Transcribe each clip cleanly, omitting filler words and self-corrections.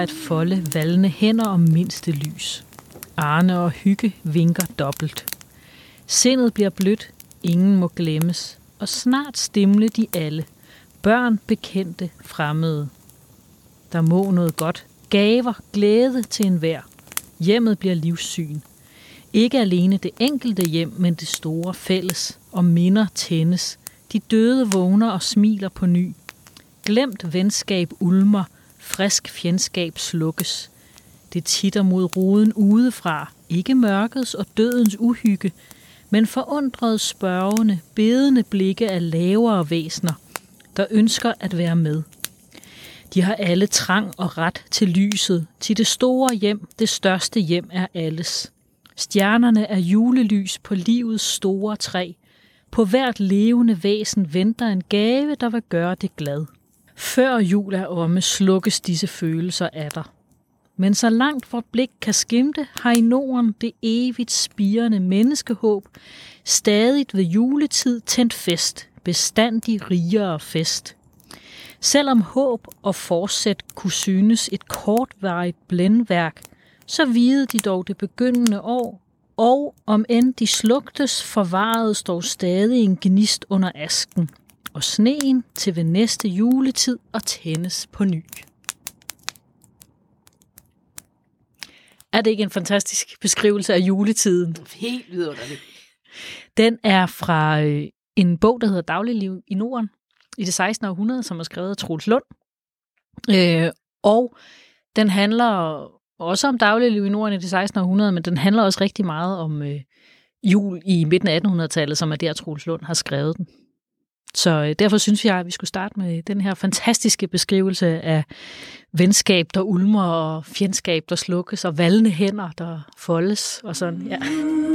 at folde valne hænder om mindste lys. Arne og Hygge vinker dobbelt. Sindet bliver blødt, ingen må glemmes, og snart stimle de alle. Børn, bekendte, fremmede. Der må noget godt. Gaver, glæde til enhver. Hjemmet bliver livssyn. Ikke alene det enkelte hjem, men det store fælles, og minder tændes. De døde vågner og smiler på ny. Glemt venskab ulmer, frisk fjendskab slukkes. Det titter mod ruden udefra, ikke mørkets og dødens uhygge, men forundrede spørgende, bedende blikke af lavere væsner, der ønsker at være med. De har alle trang og ret til lyset, til det store hjem, det største hjem er alles. Stjernerne er julelys på livets store træ. På hvert levende væsen venter en gave, der vil gøre det glad. Før jul er omme, slukkes disse følelser atter. Men så langt vort blik kan skimte, har i Norden det evigt spirende menneskehåb stadigt ved juletid tændt fest, bestandig rigere fest. Selvom håb og forsæt kunne synes et kortvarigt blændværk, så videde de dog det begyndende år, og om end de slugtes, forvaredes dog stadig en gnist under asken, og sneen til ved næste juletid og tændes på ny. Er det ikke en fantastisk beskrivelse af juletiden? Helt vidunderligt. Den er fra en bog, der hedder Dagligliv i Norden i det 16. århundrede, som er skrevet af Troels Lund. Og den handler også om dagligliv i Norden i det 16. århundrede, men den handler også rigtig meget om jul i midten af 1800-tallet, som er der Troels Lund har skrevet den. Så derfor synes jeg, at vi skulle starte med den her fantastiske beskrivelse af venskab, der ulmer, og fjendskab, der slukkes, og valne hænder, der foldes, og sådan, ja.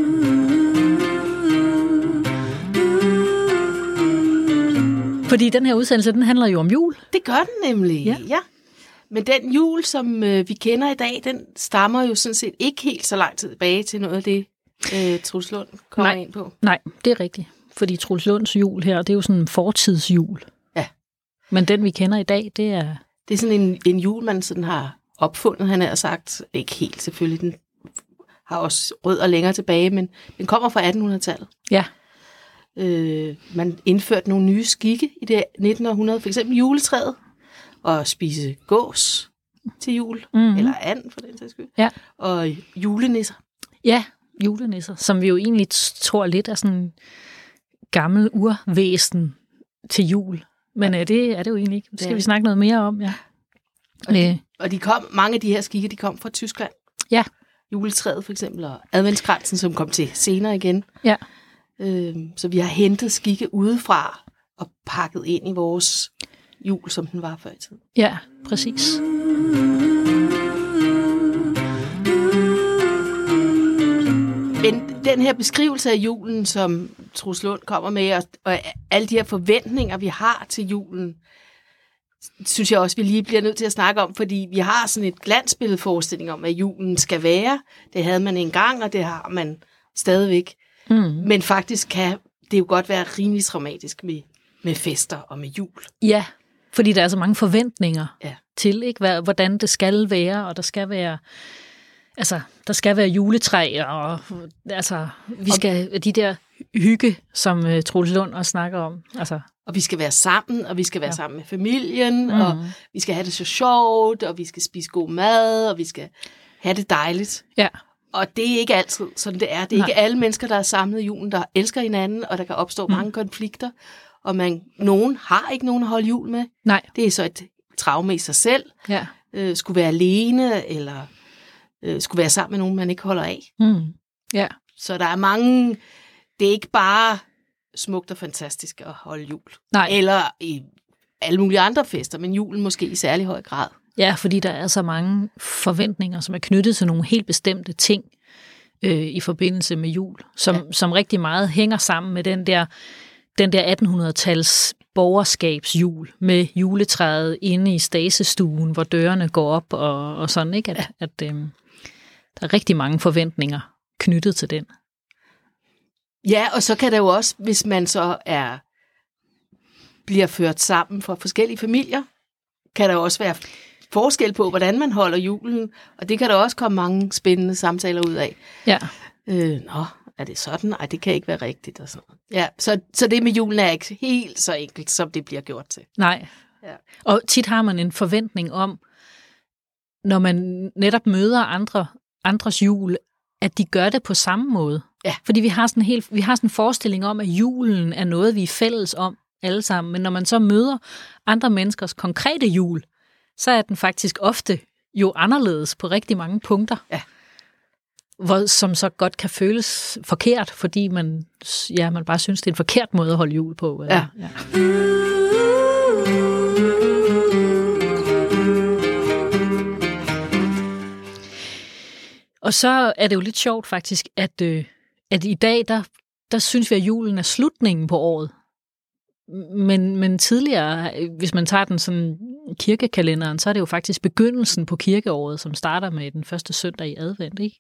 Fordi den her udsendelse, den handler jo om jul. Det gør den nemlig, ja. Men den jul, som vi kender i dag, den stammer jo sådan set ikke helt så lang tid tilbage til noget af det, Troels Lund kommer ind på. Nej, det er rigtigt. Fordi Troels Lunds jul her, det er jo sådan en fortidsjul. Ja. Men den, vi kender i dag, det er... Det er sådan en jul, man sådan har opfundet, han har sagt. Ikke helt selvfølgelig, den har også rødder længere tilbage, men den kommer fra 1800-tallet. Ja. Man indførte nogle nye skikke i det 1900, for eksempel juletræet, og spise gås til jul, eller and for den sags skyld, og julenisser. Ja, julenisser, som vi jo egentlig tror lidt er sådan gammel urvæsen til jul. Men det er det jo egentlig ikke. Det skal vi snakke noget mere om, ja. Og mange af de her skikke, de kom fra Tyskland. Ja. Juletræet for eksempel, og adventskransen, som kom til senere igen. Ja. Så vi har hentet skikke udefra og pakket ind i vores jul, som den var før i tiden. Ja, præcis. Men den her beskrivelse af julen, som Troels Lund kommer med, og alle de her forventninger, vi har til julen, synes jeg også, vi lige bliver nødt til at snakke om, fordi vi har sådan et glansbilledeforestilling om, hvad julen skal være. Det havde man engang, og det har man stadigvæk. Men faktisk kan det jo godt være rimelig traumatisk med fester og med jul. Ja, fordi der er så mange forventninger til, ikke, hvordan det skal være, og der skal være juletræ, og altså, vi skal de der hygge, som Troels Lund også snakker om. Altså. Og vi skal være sammen, og vi skal være sammen med familien, og vi skal have det så sjovt, og vi skal spise god mad, og vi skal have det dejligt. Ja. Og det er ikke altid sådan, det er. Det er ikke alle mennesker, der er samlet i julen, der elsker hinanden, og der kan opstå mange konflikter, og nogen har ikke nogen at holde jul med. Nej. Det er så et traume i sig selv. Ja. Skulle være alene, eller skulle være sammen med nogen, man ikke holder af. Ja. Så der er mange... Det er ikke bare smukt og fantastisk at holde jul. Nej. Eller i alle mulige andre fester, men julen måske i særlig høj grad. Ja, fordi der er så mange forventninger, som er knyttet til nogle helt bestemte ting i forbindelse med jul, som rigtig meget hænger sammen med den der 1800-tals borgerskabsjul med juletræet inde i stasestuen, hvor dørene går op og sådan, ikke? At der er rigtig mange forventninger knyttet til den. Ja, og så kan det jo også, hvis man så bliver ført sammen fra forskellige familier, kan der også være forskel på, hvordan man holder julen, og det kan der også komme mange spændende samtaler ud af. Ja. Er det sådan? Nej, det kan ikke være rigtigt. Og sådan. Ja, så det med julen er ikke helt så enkelt, som det bliver gjort til. Nej. Ja. Og tit har man en forventning om, når man netop møder andres jul, at de gør det på samme måde. Ja. Fordi vi har sådan en forestilling om, at julen er noget, vi er fælles om alle sammen. Men når man så møder andre menneskers konkrete jul, så er den faktisk ofte jo anderledes på rigtig mange punkter. Ja. Som så godt kan føles forkert, fordi man bare synes, det er en forkert måde at holde jul på. Eller, ja. Og så er det jo lidt sjovt faktisk, at i dag, der synes vi, at julen er slutningen på året. Men tidligere, hvis man tager den sådan kirkekalenderen, så er det jo faktisk begyndelsen på kirkeåret, som starter med den første søndag i advent, ikke?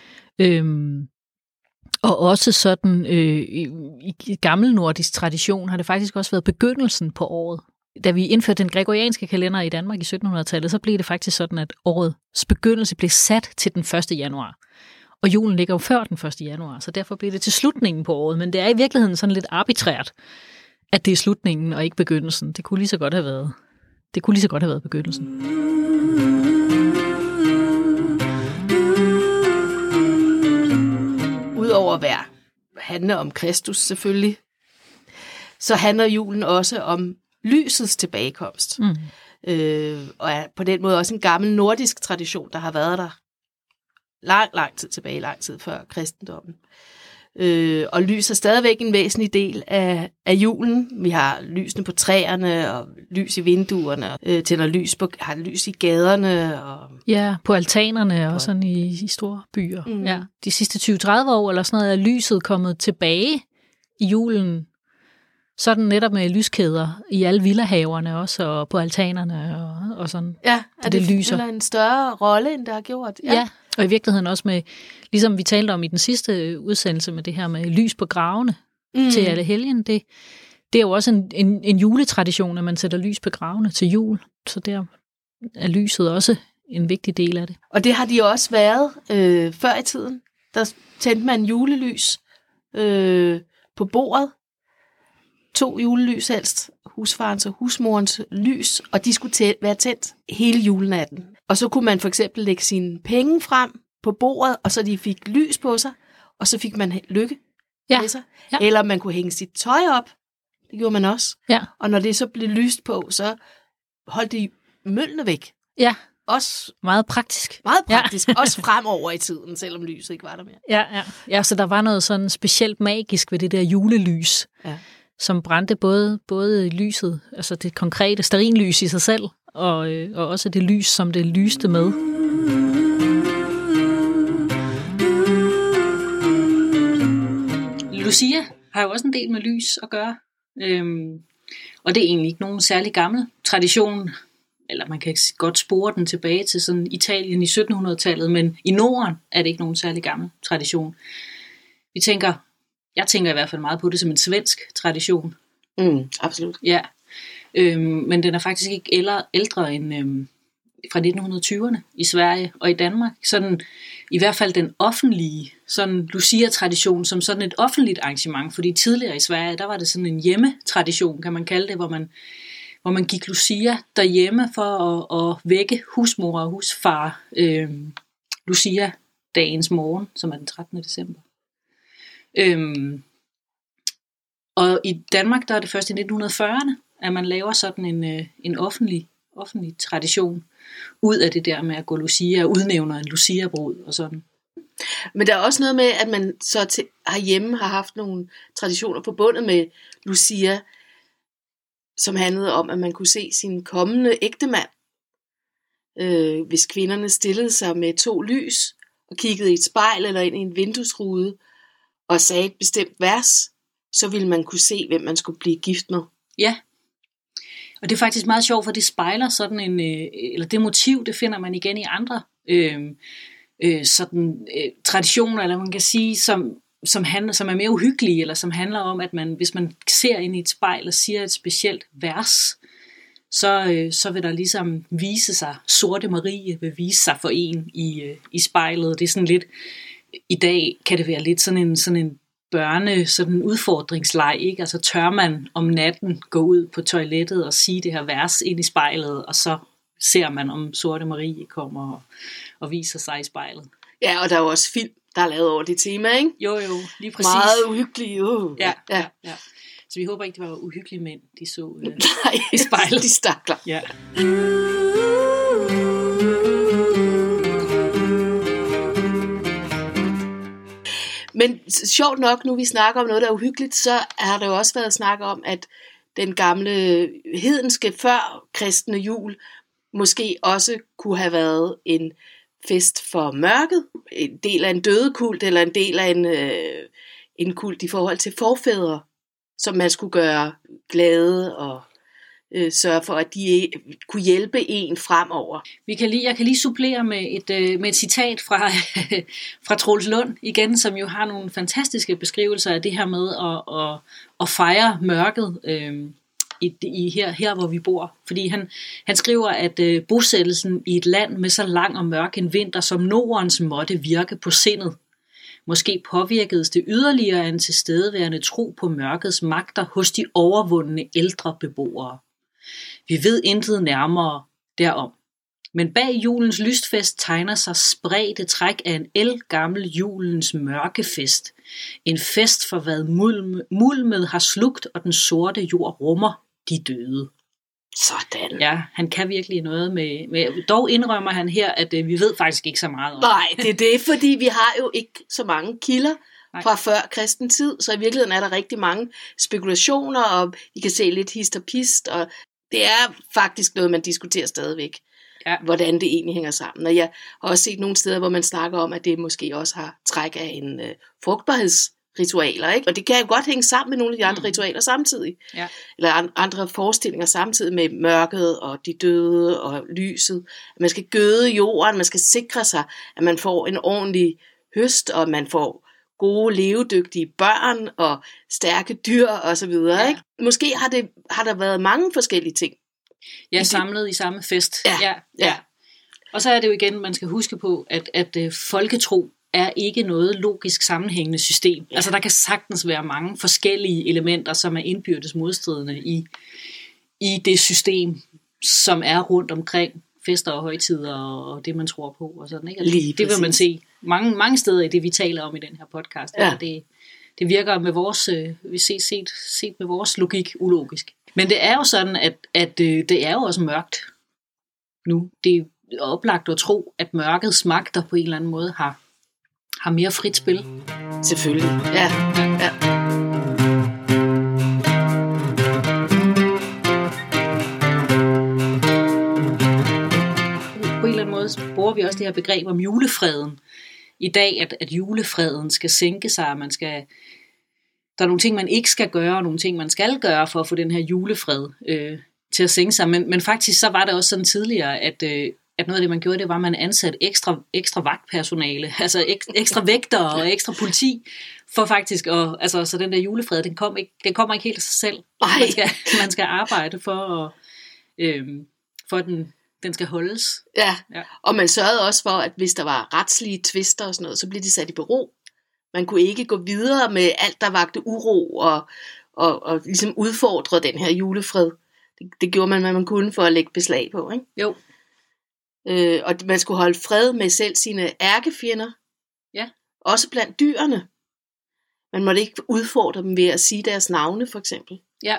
Og også sådan i gammel nordisk tradition har det faktisk også været begyndelsen på året. Da vi indførte den gregorianske kalender i Danmark i 1700-tallet, så blev det faktisk sådan, at årets begyndelse blev sat til den 1. januar. Og julen ligger jo før den 1. januar, så derfor blev det til slutningen på året. Men det er i virkeligheden sådan lidt arbitrært, at det er slutningen og ikke begyndelsen. Det kunne lige så godt have været begyndelsen. Udover at handle om Kristus selvfølgelig, så handler julen også om lysets tilbagekomst. Og er på den måde også en gammel nordisk tradition, der har været der lang tid tilbage, lang tid før kristendommen. Og lys er stadigvæk en væsentlig del af julen. Vi har lysene på træerne og lys i vinduerne, har lys i gaderne. Og ja, på altanerne og sådan i store byer. Ja. De sidste 20-30 år eller sådan noget er lyset kommet tilbage i julen. Sådan netop med lyskæder i alle villahaverne også, og på altanerne og sådan. Ja, er det lyser en større rolle, end det har gjort. Ja, og i virkeligheden også med, ligesom vi talte om i den sidste udsendelse med det her med lys på gravene til alle helgen, det er jo også en juletradition, at man sætter lys på gravene til jul. Så der er lyset også en vigtig del af det. Og det har de også været før i tiden. Der tændte man julelys på bordet. 2 julelys helst, husfarens og husmorens lys, og de skulle være tændt hele julenatten. Og så kunne man for eksempel lægge sine penge frem på bordet, og så de fik lys på sig, og så fik man lykke med sig. Ja. Eller man kunne hænge sit tøj op, det gjorde man også. Ja. Og når det så blev lyst på, så holdt de møllene væk. Ja, også meget praktisk. Meget praktisk, også fremover i tiden, selvom lyset ikke var der mere. Ja, så der var noget sådan specielt magisk ved det der julelys. Ja. Som brændte både lyset, altså det konkrete stearinlys i sig selv, og også det lys, som det lyste med. Lucia har jo også en del med lys at gøre, og det er egentlig ikke nogen særlig gammel tradition, eller man kan godt spore den tilbage til sådan Italien i 1700-tallet, men i Norden er det ikke nogen særlig gammel tradition. Jeg tænker i hvert fald meget på det som en svensk tradition. Absolut. Ja, men den er faktisk ikke ældre end fra 1920'erne i Sverige og i Danmark. Sådan, i hvert fald den offentlige sådan Lucia-tradition som sådan et offentligt arrangement. Fordi tidligere i Sverige, der var det sådan en hjemmetradition, kan man kalde det, hvor man gik Lucia derhjemme for at vække husmor og husfar Lucia dagens morgen, som er den 13. december. Og i Danmark, der er det først i 1940'erne, at man laver sådan en offentlig tradition ud af det der med at gå Lucia og udnævner en Lucia-brud og sådan. Men der er også noget med, at man så herhjemme har haft nogle traditioner forbundet med Lucia, som handlede om, at man kunne se sin kommende ægtemand, hvis kvinderne stillede sig med 2 lys og kiggede i et spejl eller ind i en vinduesrude og sagde et bestemt vers, så ville man kunne se, hvem man skulle blive gift med. Ja, og det er faktisk meget sjovt, for det spejler sådan eller det motiv, det finder man igen i andre traditioner, eller man kan sige, som er mere uhyggelige, eller som handler om, at hvis man ser ind i et spejl og siger et specielt vers, så vil der ligesom vise sig, Sorte Marie vil vise sig for en i spejlet. Det er sådan lidt, i dag kan det være lidt sådan en sådan en udfordringsleg, ikke? Altså tør man om natten gå ud på toilettet og sige det her vers ind i spejlet, og så ser man, om Sorte Marie kommer og viser sig i spejlet. Ja, og der er jo også film, der er lavet over det tema, ikke? Jo, lige præcis. Meget uhyggelige. Ja. Så vi håber ikke, det var uhyggelige mænd, de så i spejlet. De stakler. Ja. Men sjovt nok, nu vi snakker om noget, der er uhyggeligt, så har der jo også været snak om, at den gamle hedenske før kristne jul måske også kunne have været en fest for mørket, en del af en dødekult, eller en del af en kult i forhold til forfædre, som man skulle gøre glade og sørge for, at de kunne hjælpe en fremover. Jeg kan lige supplere med et citat fra Troels Lund igen, som jo har nogle fantastiske beskrivelser af det her med at fejre mørket her hvor vi bor. Fordi han skriver, at bosættelsen i et land med så lang og mørk en vinter som Nordens måtte virke på sindet. Måske påvirkedes det yderligere af en tilstedeværende tro på mørkets magter hos de overvundne ældre beboere. Vi ved intet nærmere derom. Men bag julens lystfest tegner sig spredte træk af en ældgammel julens mørkefest. En fest for hvad mulmet har slugt, og den sorte jord rummer de døde. Sådan. Ja, han kan virkelig noget med dog indrømmer han her, at vi ved faktisk ikke så meget om. Nej, det er det, fordi vi har jo ikke så mange kilder fra før kristen tid, så i virkeligheden er der rigtig mange spekulationer, og I kan se lidt hist og pist, og det er faktisk noget, man diskuterer stadigvæk, hvordan det egentlig hænger sammen. Og jeg har også set nogle steder, hvor man snakker om, at det måske også har træk af en frugtbarhedsritualer, ikke? Og det kan jo godt hænge sammen med nogle af de andre ritualer samtidig. Ja. Eller andre forestillinger samtidig med mørket og de døde og lyset. At man skal gøde jorden, man skal sikre sig, at man får en ordentlig høst, og man får gode, levedygtige børn og stærke dyr og så videre, ikke? Måske har der været mange forskellige ting. Ja, samlet i samme fest. Ja. Og så er det jo igen, man skal huske på, at folketro er ikke noget logisk sammenhængende system. Ja. Altså der kan sagtens være mange forskellige elementer, som er indbyrdes modstridende i det system, som er rundt omkring fester og højtider og det, man tror på. Og sådan, ikke? Det vil man se mange steder i det, vi taler om i den her podcast. Ja. Det virker med vores, set med vores logik ulogisk. Men det er jo sådan, at det er jo også mørkt nu. Det er oplagt at tro, at mørkets magter på en eller anden måde har mere frit spil. Selvfølgelig, ja. På en eller anden måde bruger vi også det her begreb om julefreden i dag, at julefreden skal sænke sig, og der er nogle ting, man ikke skal gøre, og nogle ting, man skal gøre for at få den her julefred til at sænke sig. Men faktisk så var det også sådan tidligere, at noget af det, man gjorde, det var, at man ansatte ekstra vagtpersonale, altså ekstra vægtere og ekstra politi, for faktisk så den der julefred, den kommer ikke helt af sig selv. Man skal arbejde for den skal holdes. Ja, og man sørgede også for, at hvis der var retslige tvister og sådan noget, så blev de sat i bero. Man kunne ikke gå videre med alt, der vagte uro og ligesom udfordre den her julefred. Det gjorde man, hvad man kunne for at lægge beslag på, ikke? Jo. Og man skulle holde fred med selv sine ærkefjender. Ja. Også blandt dyrene. Man måtte ikke udfordre dem ved at sige deres navne, for eksempel. Ja.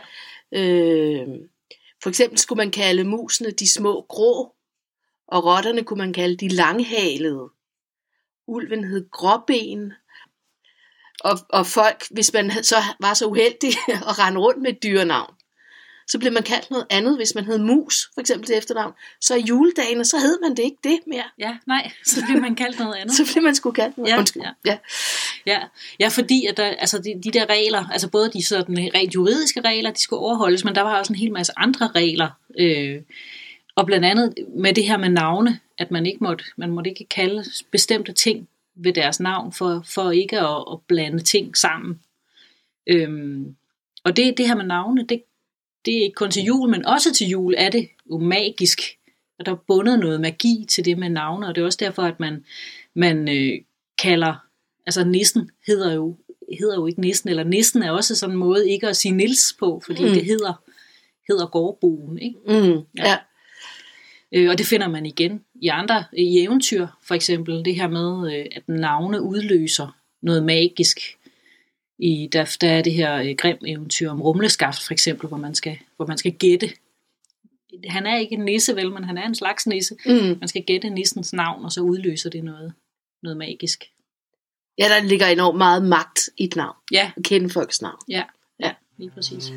For eksempel skulle man kalde musene de små grå, og rotterne kunne man kalde de langhalede. Ulven hed Gråben. Og folk, hvis man så var så uheldig at rende rundt med et dyrenavn, så blev man kaldt noget andet, hvis man hed Mus, for eksempel til efternavn. Så i juledagene, så hed man det ikke det mere. Ja, nej, så blev man kaldt noget andet. Så blev man sgu kaldt noget andet. Ja, fordi at de der regler, altså både de sådan rent juridiske regler, de skulle overholdes, men der var også en hel masse andre regler. Og blandt andet med det her med navne, at man måtte ikke kalde bestemte ting ved deres navn, for ikke at blande ting sammen. Og det her med navne, det er ikke kun til jul, men også til jul er det jo magisk. Og der er bundet noget magi til det med navne, og det er også derfor, at man kalder, altså nissen hedder jo ikke nissen, eller nissen er også sådan en måde ikke at sige Nils på, fordi det hedder gårdboen, ikke? Ja. Og det finder man igen i eventyr, for eksempel det her med, at navne udløser noget magisk. Der er det her Grimm eventyr om Rumleskaft, for eksempel, hvor man skal gætte. Han er ikke en nisse, vel, men han er en slags nisse. Man skal gætte nissens navn, og så udløser det noget magisk. Ja, der ligger enormt meget magt i et navn. Ja. At kende folks navn. Ja, lige præcis.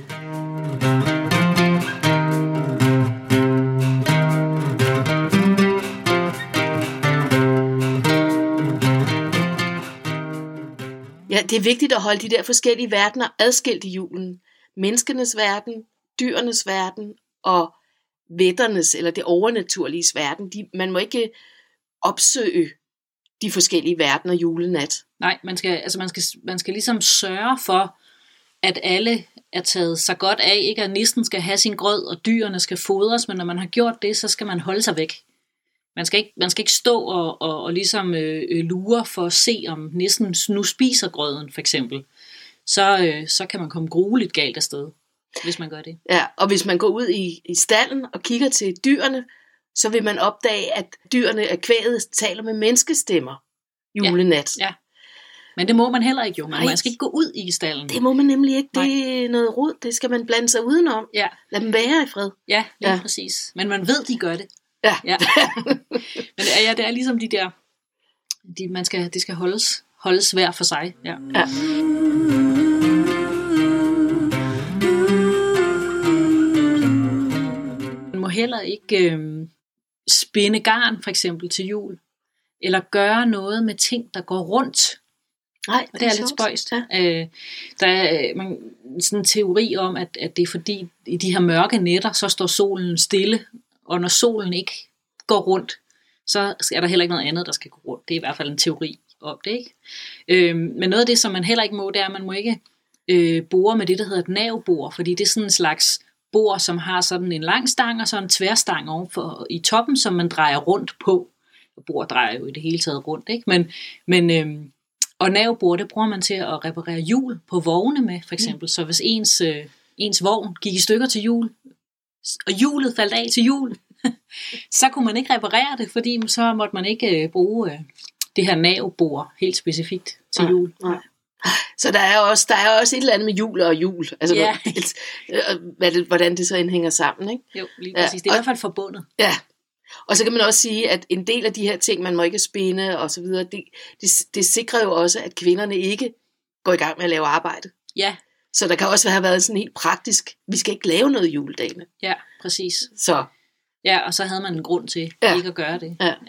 Ja, det er vigtigt at holde de der forskellige verdener adskilt i julen. Menneskenes verden, dyrenes verden og vætternes, eller det overnaturlige verden. Man må ikke opsøge de forskellige verdener julenat. Nej, man skal ligesom sørge for, at alle er taget sig godt af, ikke at nissen skal have sin grød, og dyrene skal fodres, men når man har gjort det, så skal man holde sig væk. Man skal ikke stå og ligesom lure for at se, om nissen nu spiser grøden, for eksempel. Så kan man komme grueligt galt afsted, hvis man gør det. Ja, og hvis man går ud i stalden og kigger til dyrene, så vil man opdage, at dyrene af kvæget taler med menneskestemmer julenat. Ja. Men det må man heller ikke, jo. Man skal ikke gå ud i stalden. Det må man nemlig ikke. Det er noget rod. Det skal man blande sig udenom. Ja. Lad dem være i fred. Ja, lige præcis. Men man ved, de gør det. Ja. Men det er ligesom de der, det skal holdes hver for sig. Ja. Man må heller ikke spinde garn, for eksempel, til jul. Eller gøre noget med ting, der går rundt. Nej, det er lidt spøjst. Ja. Der er sådan en teori om, at det er fordi, i de her mørke nætter, så står solen stille, og når solen ikke går rundt, så er der heller ikke noget andet, der skal gå rundt. Det er i hvert fald en teori om det, ikke? Men noget af det, som man heller ikke må, det er, at man må ikke bore med det, der hedder et navbor, fordi det er sådan en slags bor, som har sådan en lang stang, og så en tværstang ovenfor i toppen, som man drejer rundt på. Og bor drejer jo i det hele taget rundt, ikke? Men og navbor, det bruger man til at reparere hjul på vogne med, for eksempel. Så hvis ens vogn gik i stykker til jul, og hjulet faldt af til jul, så kunne man ikke reparere det, fordi så måtte man ikke bruge det her navbor helt specifikt til jul. Nej. Så der er også et eller andet med jul og jul, altså hvordan det så indhænger sammen, ikke? Jo, lige præcis. Det er i hvert fald forbundet. Ja. Og så kan man også sige, at en del af de her ting, man må ikke spinde og så videre, det sikrer jo også, at kvinderne ikke går i gang med at lave arbejde. Ja. Så der kan også have været sådan helt praktisk, vi skal ikke lave noget juledagene. Ja, præcis. Så. Ja, og så havde man en grund til ikke at gøre det. Ja.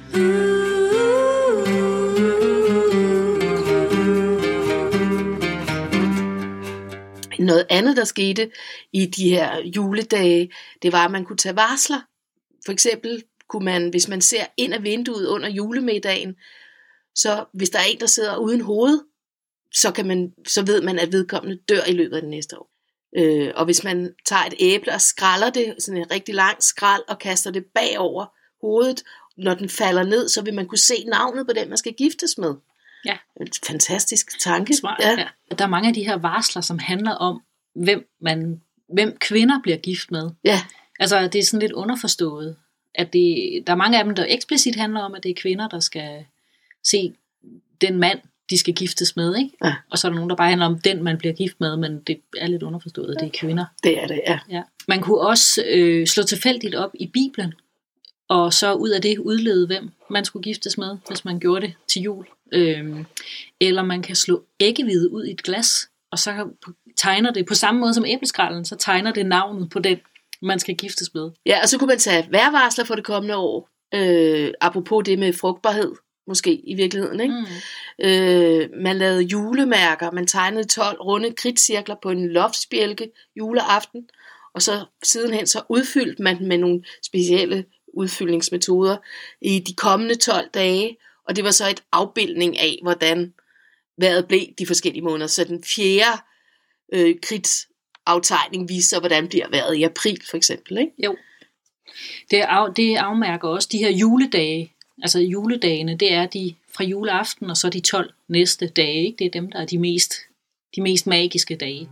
Noget andet, der skete i de her juledage, det var, at man kunne tage varsler. For eksempel kunne man, hvis man ser ind af vinduet under julemiddagen, så hvis der er en, der sidder uden hoved, så ved man, at vedkommende dør i løbet af det næste år. Og hvis man tager et æble og skræller det, sådan en rigtig lang skrald, og kaster det bagover hovedet, når den falder ned, så vil man kunne se navnet på den, man skal giftes med. Ja. Fantastisk tanke. Smart, ja. Der er mange af de her varsler, som handler om, hvem kvinder bliver gift med. Ja. Altså, det er sådan lidt underforstået, at der er mange af dem, der eksplicit handler om, at det er kvinder, der skal se den mand, de skal giftes med, ikke? Ja. Og så er der nogen, der bare handler om den, man bliver gift med, men det er lidt underforstået, at det er kvinder. Det er det, ja. Man kunne også slå tilfældigt op i Bibelen, og så ud af det udlede, hvem man skulle giftes med, hvis man gjorde det til jul. Eller man kan slå æggehvide ud i et glas, og så tegner det på samme måde som æbleskralden, så tegner det navnet på den, man skal giftes med. Ja, og så kunne man tage vejrvarsler for det kommende år. Apropos det med frugtbarhed, måske i virkeligheden, ikke? Man lavede julemærker, man tegnede 12 runde kridtcirkler på en loftsbjælke juleaften, og så sidenhen så udfyldte man med nogle specielle udfyldningsmetoder i de kommende 12 dage, og det var så et afbildning af, hvordan vejret blev de forskellige måneder. Så den fjerde aftegning vise sig, hvordan bliver vejret i april, for eksempel, ikke? Jo. Det afmærker også de her juledage. Altså juledagene, det er de fra juleaften, og så de 12 næste dage, ikke? Det er dem, der er de mest magiske dage.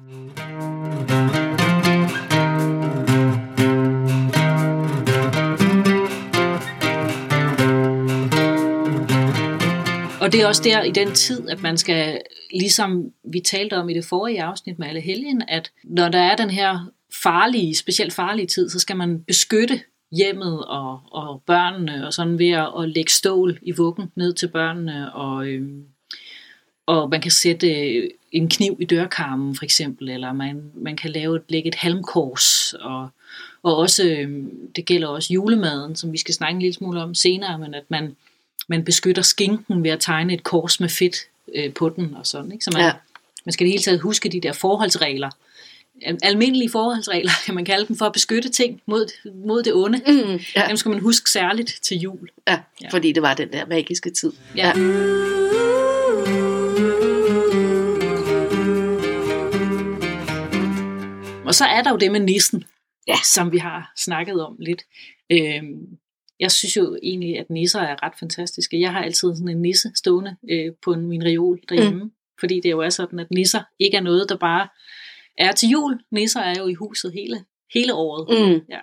Og det er også der i den tid, at man skal, ligesom vi talte om i det forrige afsnit med Allehelgen, at når der er den her specielt farlige tid, så skal man beskytte hjemmet og børnene, og sådan ved at lægge stål i vuggen ned til børnene, og man kan sætte en kniv i dørkarmen for eksempel, eller man kan lægge et halmkors, og også, det gælder også julemaden, som vi skal snakke en lille smule om senere, men at man beskytter skinken ved at tegne et kors med fedt på den og sådan, ikke? Så man skal i det hele taget huske de der forholdsregler. Almindelige forholdsregler, kan man kalde dem, for at beskytte ting mod det onde. Dem skal man huske særligt til jul. Ja, fordi det var den der magiske tid. Ja. Og så er der jo det med nissen, som vi har snakket om lidt. Jeg synes jo egentlig, at nisser er ret fantastiske. Jeg har altid sådan en nisse stående på min reol derhjemme, fordi det jo er sådan, at nisser ikke er noget, der bare er til jul. Nisser er jo i huset hele året. Ja.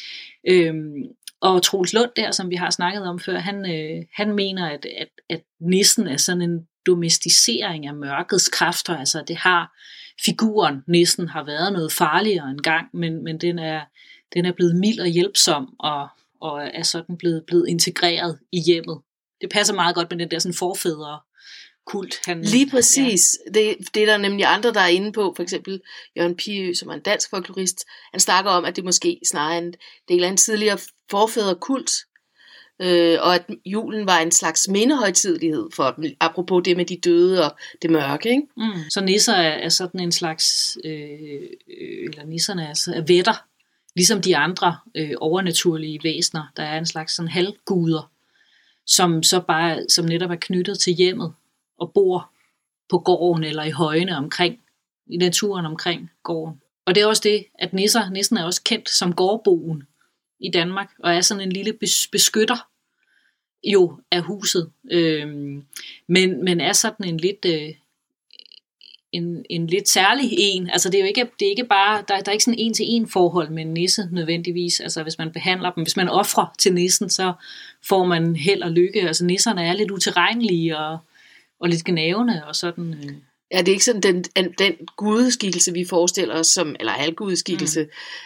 Og Troels Lund der, som vi har snakket om før, han mener, at nissen er sådan en domesticering af mørkets kræfter. Altså det har figuren, nissen, har været noget farligere engang, men den er blevet mild og hjælpsom, og er sådan blevet integreret i hjemmet. Det passer meget godt med den der sådan forfædre kult. Lige præcis. Ja. Det er der nemlig andre, der er inde på. For eksempel Jørgen Piø, som er en dansk folklorist. Han snakker om, at det måske snarere en del af en tidligere forfædrekult, og at julen var en slags mindehøjtidelighed for dem, apropos det med de døde og det mørke, ikke? Så nisser er sådan en slags, eller nisserne er vætter, ligesom de andre overnaturlige væsener. Der er en slags sådan halvguder, som netop er knyttet til hjemmet og bor på gården eller i højene i naturen omkring gården. Og det er også det, at nissen er også kendt som gårdboen i Danmark, og er sådan en lille beskytter jo af huset. Men er sådan en lidt en lidt særlig en. Altså det er ikke bare, der er ikke sådan en til en forhold med en nisse nødvendigvis. Altså hvis man behandler dem, hvis man ofrer til nissen, så får man held og lykke. Altså nisserne er lidt utilregnelige og lidt gnavende og sådan. Ja, det er ikke sådan den gudeskikkelse, vi forestiller os som, eller halvgudeskikkelse,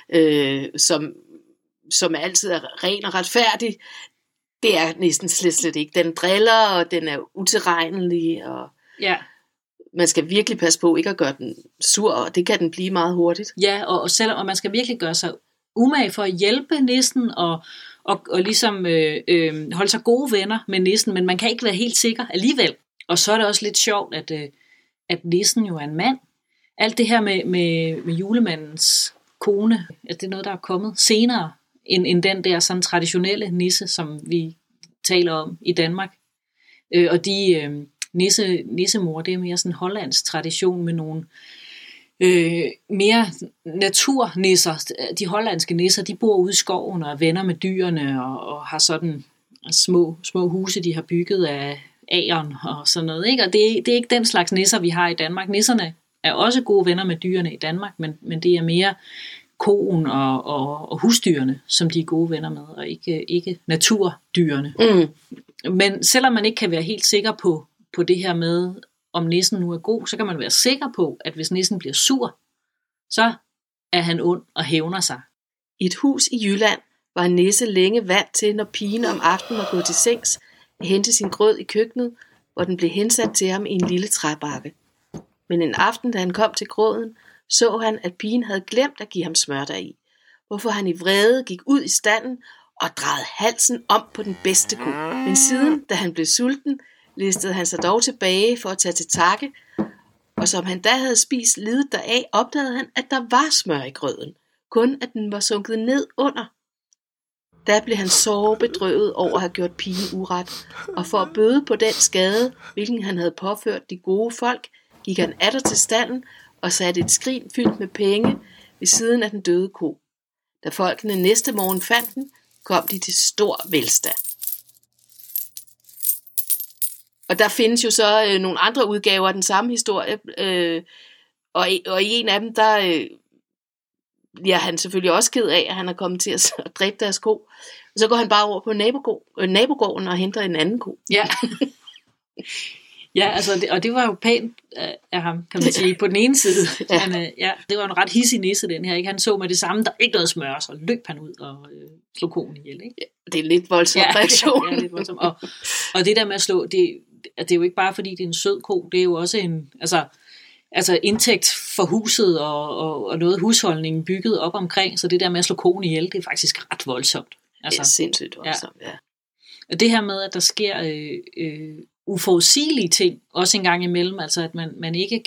som altid er ren og retfærdig. Det er næsten slet ikke. Den driller, og den er utilregnelig, og man skal virkelig passe på ikke at gøre den sur, og det kan den blive meget hurtigt. Ja, og man skal virkelig gøre sig umage for at hjælpe nissen, og ligesom holde sig gode venner med nissen, men man kan ikke være helt sikker alligevel. Og så er det også lidt sjovt, at nissen jo er en mand. Alt det her med julemandens kone, at det er noget, der er kommet senere, end den der sådan traditionelle nisse, som vi taler om i Danmark. Og de nissemor, det er mere sådan en hollandsk tradition med nogle mere naturnisser. De hollandske nisser, de bor ude i skoven og er venner med dyrene og har sådan små huse, de har bygget af agern og sådan noget, ikke? Og det er ikke den slags nisser, vi har i Danmark. Nisserne er også gode venner med dyrene i Danmark, men det er mere koen og husdyrene, som de er gode venner med, og ikke naturdyrene. Men selvom man ikke kan være helt sikker på det her med, om nissen nu er god, så kan man være sikker på, at hvis nissen bliver sur, så er han ond og hævner sig. I et hus i Jylland var en nisse længe vant til, når pigen om aftenen var gået til sengs, at hente sin grød i køkkenet, hvor den blev hensat til ham i en lille træbakke. Men en aften, da han kom til grøden, så han, at pigen havde glemt at give ham smør deri, hvorfor han i vrede gik ud i stalden og drejede halsen om på den bedste ko. Men siden, da han blev sulten, listede han sig dog tilbage for at tage til takke, og som han da havde spist lidet deraf, opdagede han, at der var smør i grøden, kun at den var sunket ned under. Da blev han såre bedrøvet over at have gjort pigen uret, og for at bøde på den skade, hvilken han havde påført de gode folk, gik han atter til stalden og satte et skrin fyldt med penge ved siden af den døde ko. Da folkene næste morgen fandt den, kom de til stor velstand. Og der findes jo så nogle andre udgaver af den samme historie, og i en af dem, der bliver han selvfølgelig også ked af, at han er kommet til at dræbe deres ko. Og så går han bare over på nabogården og henter en anden ko. Ja. Ja, altså, og det var jo pænt af ham, kan man sige, på den ene side. Ja. Det var en ret hissig nisse, den her. Ikke? Han så med det samme, der ikke noget smør, så løb han ud og slog konen ihjel. Ikke? Ja, det er en lidt voldsom reaktion. Ja, lidt voldsom. Og det der med at slå, det er jo ikke bare fordi, det er en sød ko, det er jo også en indtægt for huset og noget husholdningen bygget op omkring, så det der med at slå konen ihjel, det er faktisk ret voldsomt. Altså, det er sindssygt voldsomt, ja. Og det her med, at der sker uforudsigelige ting, også en gang imellem, altså at man ikke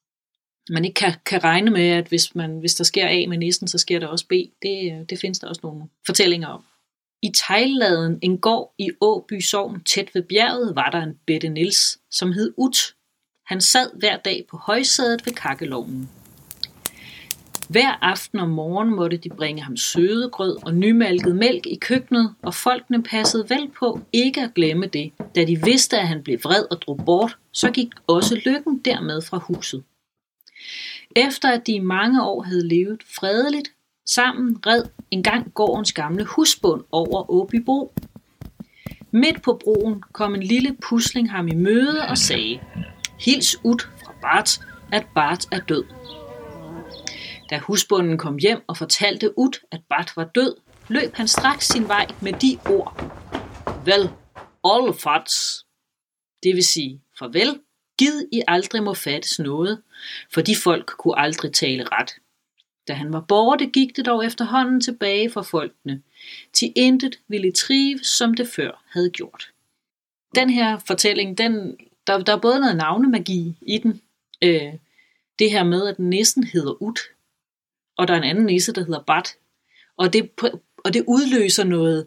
kan regne med, at hvis der sker A med nissen, så sker der også B. Det findes der også nogle fortællinger om. I Tegleladen, en gård i Åby Sogn, tæt ved bjerget, var der en Bette Niels, som hed Ut. Han sad hver dag på højsædet ved kakkelovnen. Hver aften om morgen måtte de bringe ham sødegrød og nymalket mælk i køkkenet, og folkene passede vel på ikke at glemme det. Da de vidste, at han blev vred og drog bort, så gik også lykken dermed fra huset. Efter at de i mange år havde levet fredeligt sammen, red engang gårdens gamle husbond over Åbybro. Midt på broen kom en lille pusling ham i møde og sagde: "Hils Ut fra Bart, at Bart er død." Da husbonden kom hjem og fortalte Ut, at Bart var død, løb han straks sin vej med de ord: "Vel, all farts." Det vil sige, farvel, gid I aldrig må fattes noget, for de folk kunne aldrig tale ret. Da han var borte, gik det dog efterhånden tilbage for folkene. Til intet ville trives, som det før havde gjort. Den her fortælling, der er både noget navnemagi i den. Det her med, at nissen hedder Ut, og der er en anden nisse, der hedder Bart. Og det udløser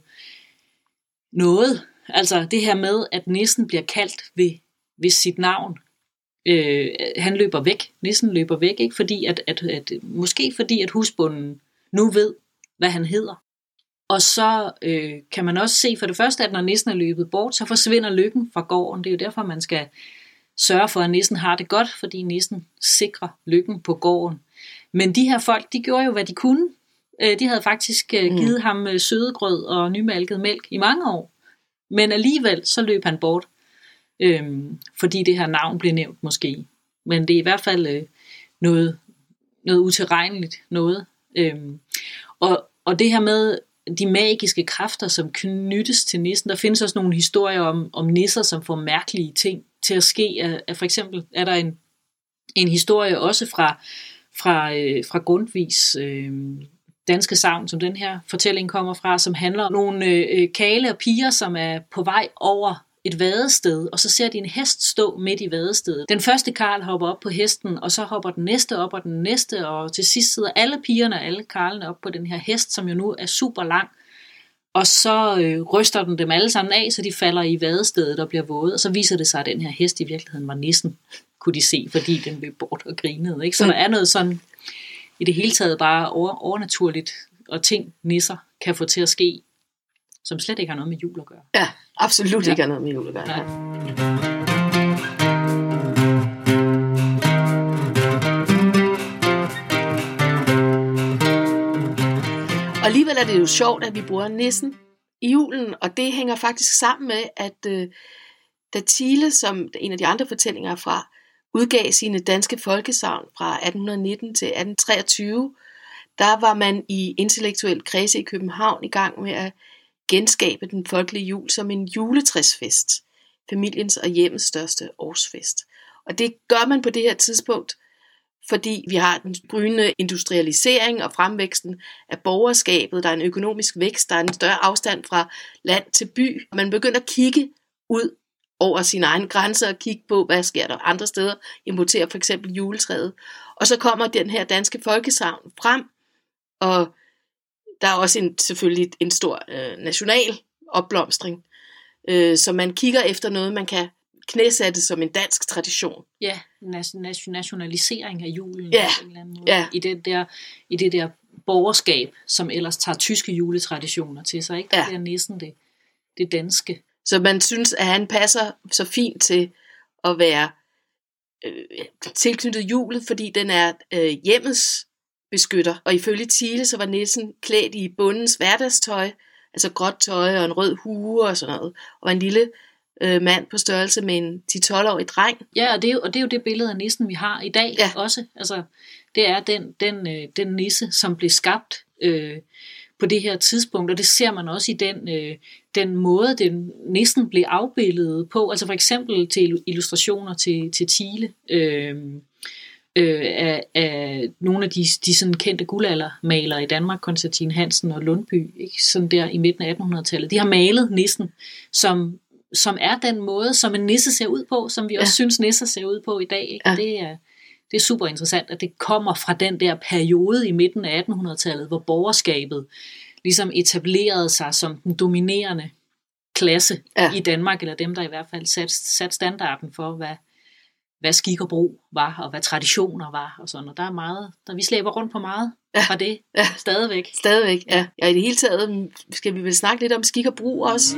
noget. Altså det her med, at nissen bliver kaldt ved sit navn. Han løber væk. Nissen løber væk, ikke? Fordi måske fordi at husbonden nu ved, hvad han hedder. Og så kan man også se for det første, at når nissen er løbet bort, så forsvinder lykken fra gården. Det er jo derfor, man skal sørge for, at nissen har det godt, fordi nissen sikrer lykken på gården. Men de her folk, de gjorde jo, hvad de kunne. De havde faktisk givet ham sødegrød og nymalket mælk i mange år. Men alligevel, så løb han bort. Fordi det her navn blev nævnt måske. Men det er i hvert fald noget utilregneligt noget. Og det her med de magiske kræfter, som knyttes til nissen. Der findes også nogle historier om nisser, som får mærkelige ting til at ske. For eksempel er der en historie også fra Grundtvigs danske sagn, som den her fortælling kommer fra, som handler om nogle kale og piger, som er på vej over et vadested, og så ser de en hest stå midt i vadestedet. Den første karl hopper op på hesten, og så hopper den næste op, og den næste, og til sidst sidder alle pigerne og alle karlene op på den her hest, som jo nu er super lang, og så ryster den dem alle sammen af, så de falder i vadestedet og bliver våde, og så viser det sig, at den her hest i virkeligheden var nissen, kunne de se, fordi den løb bort og grinede. Ikke? Så der er noget sådan, i det hele taget bare overnaturligt, og ting nisser kan få til at ske, som slet ikke har noget med jul at gøre. Ja, absolut ikke har noget med jul at gøre. Nej. Og alligevel er det jo sjovt, at vi bruger nissen i julen, og det hænger faktisk sammen med, at da Thiele, som en af de andre fortællinger fra, udgav sine danske folkesagn fra 1819 til 1823, der var man i intellektuel kredse i København i gang med at genskabe den folkelige jul som en juletræsfest, familiens og hjemmets største årsfest. Og det gør man på det her tidspunkt, fordi vi har den gryende industrialisering og fremvæksten af borgerskabet, der er en økonomisk vækst, der er en større afstand fra land til by. Man begynder at kigge ud over sine egne grænser og kigge på, hvad sker der andre steder, importere for eksempel juletræet. Og så kommer den her danske folkesagn frem, og der er også selvfølgelig en stor national opblomstring, så man kigger efter noget, man kan knæsatte som en dansk tradition. Ja, nationalisering af julen Ja. på en eller anden måde. Ja. I det der borgerskab, som ellers tager tyske juletraditioner til sig, ikke? Ja. Det er næsten det danske. Så man synes, at han passer så fint til at være tilknyttet julet, fordi den er hjemmets beskytter. Og ifølge Thiele, så var nissen klædt i bondens hverdagstøj, altså gråt tøj og en rød hue og sådan noget, og en lille mand på størrelse med en 10-12-årig dreng. Ja, og det er jo det billede af nissen, vi har i dag også. Altså, det er den nisse, som blev skabt på det her tidspunkt, og det ser man også i den måde, den nissen blev afbildet på. Altså for eksempel til illustrationer til Thiele, af nogle af de sådan kendte guldaldermalere i Danmark, Konstantin Hansen og Lundby, ikke? Sådan der i midten af 1800-tallet. De har malet nissen, som er den måde, som en nisse ser ud på, som vi også synes nisser ser ud på i dag. Ikke? Ja. Det er super interessant, at det kommer fra den der periode i midten af 1800-tallet, hvor borgerskabet ligesom etablerede sig som den dominerende klasse i Danmark, eller dem, der i hvert fald sat standarden for, hvad skik og brug var, og hvad traditioner var, og sådan. Og der er meget, vi slæber rundt på meget fra det stadigvæk. Stadigvæk, ja. Og i det hele taget skal vi vel snakke lidt om skik og brug også.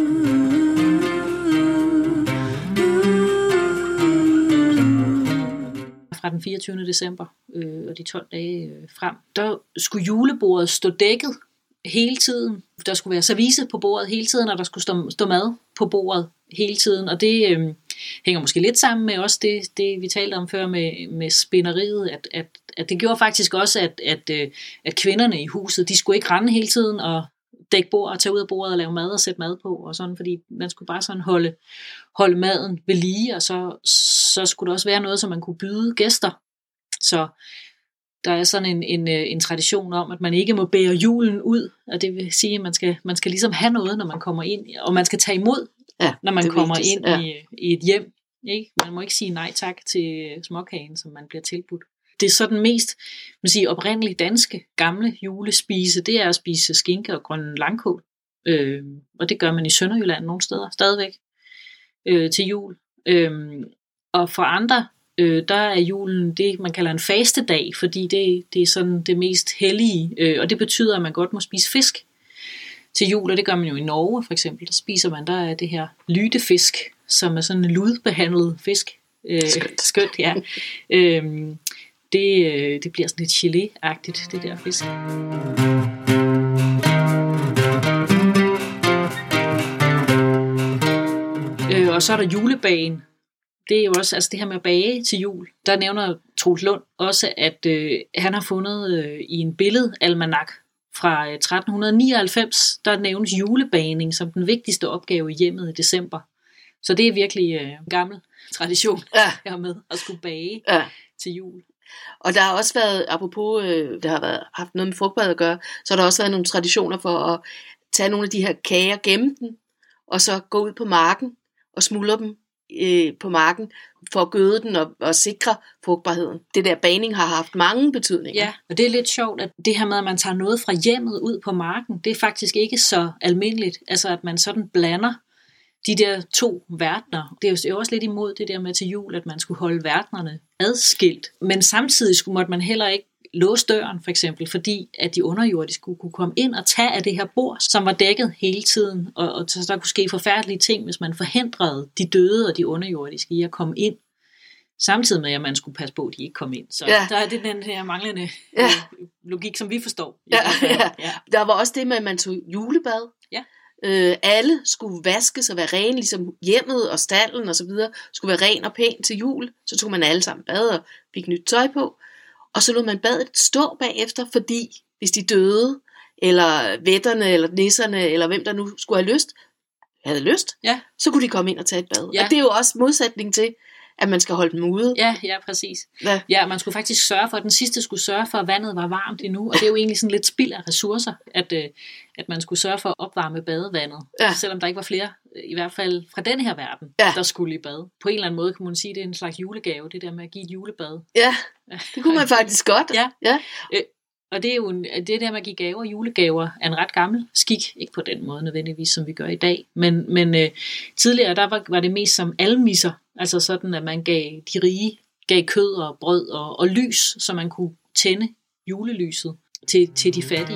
Fra den 24. december og de 12 dage frem, der skulle julebordet stå dækket hele tiden. Der skulle være service på bordet hele tiden, og der skulle stå mad på bordet hele tiden. Og det hænger måske lidt sammen med også det vi talte om før med spinderiet, at det gjorde faktisk også, at kvinderne i huset, de skulle ikke rende hele tiden og dække bord og tage ud af bordet og lave mad og sætte mad på, og sådan, fordi man skulle bare sådan holde maden ved lige, og så skulle der også være noget, som man kunne byde gæster. Så der er sådan en tradition om, at man ikke må bære julen ud, og det vil sige, at man skal ligesom have noget, når man kommer ind, og man skal tage imod, når man kommer ind i et hjem. Ikke? Man må ikke sige nej tak til småkagen, som man bliver tilbudt. Det er så den mest oprindeligt danske gamle julespise, det er at spise skinke og grøn langkål. Og det gør man i Sønderjylland nogle steder stadigvæk til jul. Og for andre, der er julen det, man kalder en fastedag, fordi det er sådan det mest hellige, og det betyder, at man godt må spise fisk til jul, og det gør man jo i Norge for eksempel. Der spiser man, der er det her lytefisk, som er sådan en ludbehandlet fisk. Skønt, ja. Det bliver sådan lidt gelé-agtigt, det der fisk. Og så er der julebagen. Det er jo også det her med at bage til jul. Der nævner Troels Lund også, at han har fundet i en billedalmanak fra 1399, der nævnes julebagning som den vigtigste opgave i hjemmet i december. Så det er virkelig en gammel tradition her med at skulle bage til jul. Og der har også været, apropos det har haft noget med frugtbad at gøre, så har der også været nogle traditioner for at tage nogle af de her kager, gemme den, og så gå ud på marken og smuldre dem på marken for at gøde den og sikre frugtbarheden. Det der bagning har haft mange betydninger. Ja, og det er lidt sjovt, at det her med, at man tager noget fra hjemmet ud på marken, det er faktisk ikke så almindeligt. Altså, at man sådan blander de der to verdener. Det er jo også lidt imod det der med til jul, at man skulle holde verdenerne adskilt. Men samtidig måtte man heller ikke låse døren, for eksempel, fordi at de underjordiske kunne komme ind og tage af det her bord, som var dækket hele tiden, og så der kunne ske forfærdelige ting, hvis man forhindrede de døde og de underjordiske i at komme ind, samtidig med, at man skulle passe på, at de ikke kom ind. Så der er det den her manglende logik, som vi forstår. Ja. Der var også det med, at man tog julebad. Ja. Alle skulle vaskes og være rene, ligesom hjemmet og stallen og så videre, skulle være ren og pæn til jul. Så tog man alle sammen bad og fik nyt tøj på. Og så lod man badet stå bagefter, fordi hvis de døde, eller vætterne, eller nisserne, eller hvem der nu skulle havde lyst, så kunne de komme ind og tage et bad. Ja. Og det er jo også modsætning til, at man skal holde dem ude. Ja, præcis. Ja, man skulle faktisk sørge for, at den sidste skulle sørge for, at vandet var varmt endnu, og det er jo egentlig sådan lidt spild af ressourcer, at man skulle sørge for at opvarme badevandet, selvom der ikke var flere, i hvert fald fra den her verden, der skulle i bad. På en eller anden måde kan man sige, at det er en slags julegave, det der med at give et julebad. Ja, det kunne man faktisk godt. Ja. Og det er jo det der med at give gaver, julegaver, er en ret gammel skik. Ikke på den måde nødvendigvis, som vi gør i dag. Men tidligere, der var det mest som almisser. Altså sådan, at man gav de rige, gav kød og brød og lys, så man kunne tænde julelyset til de fattige.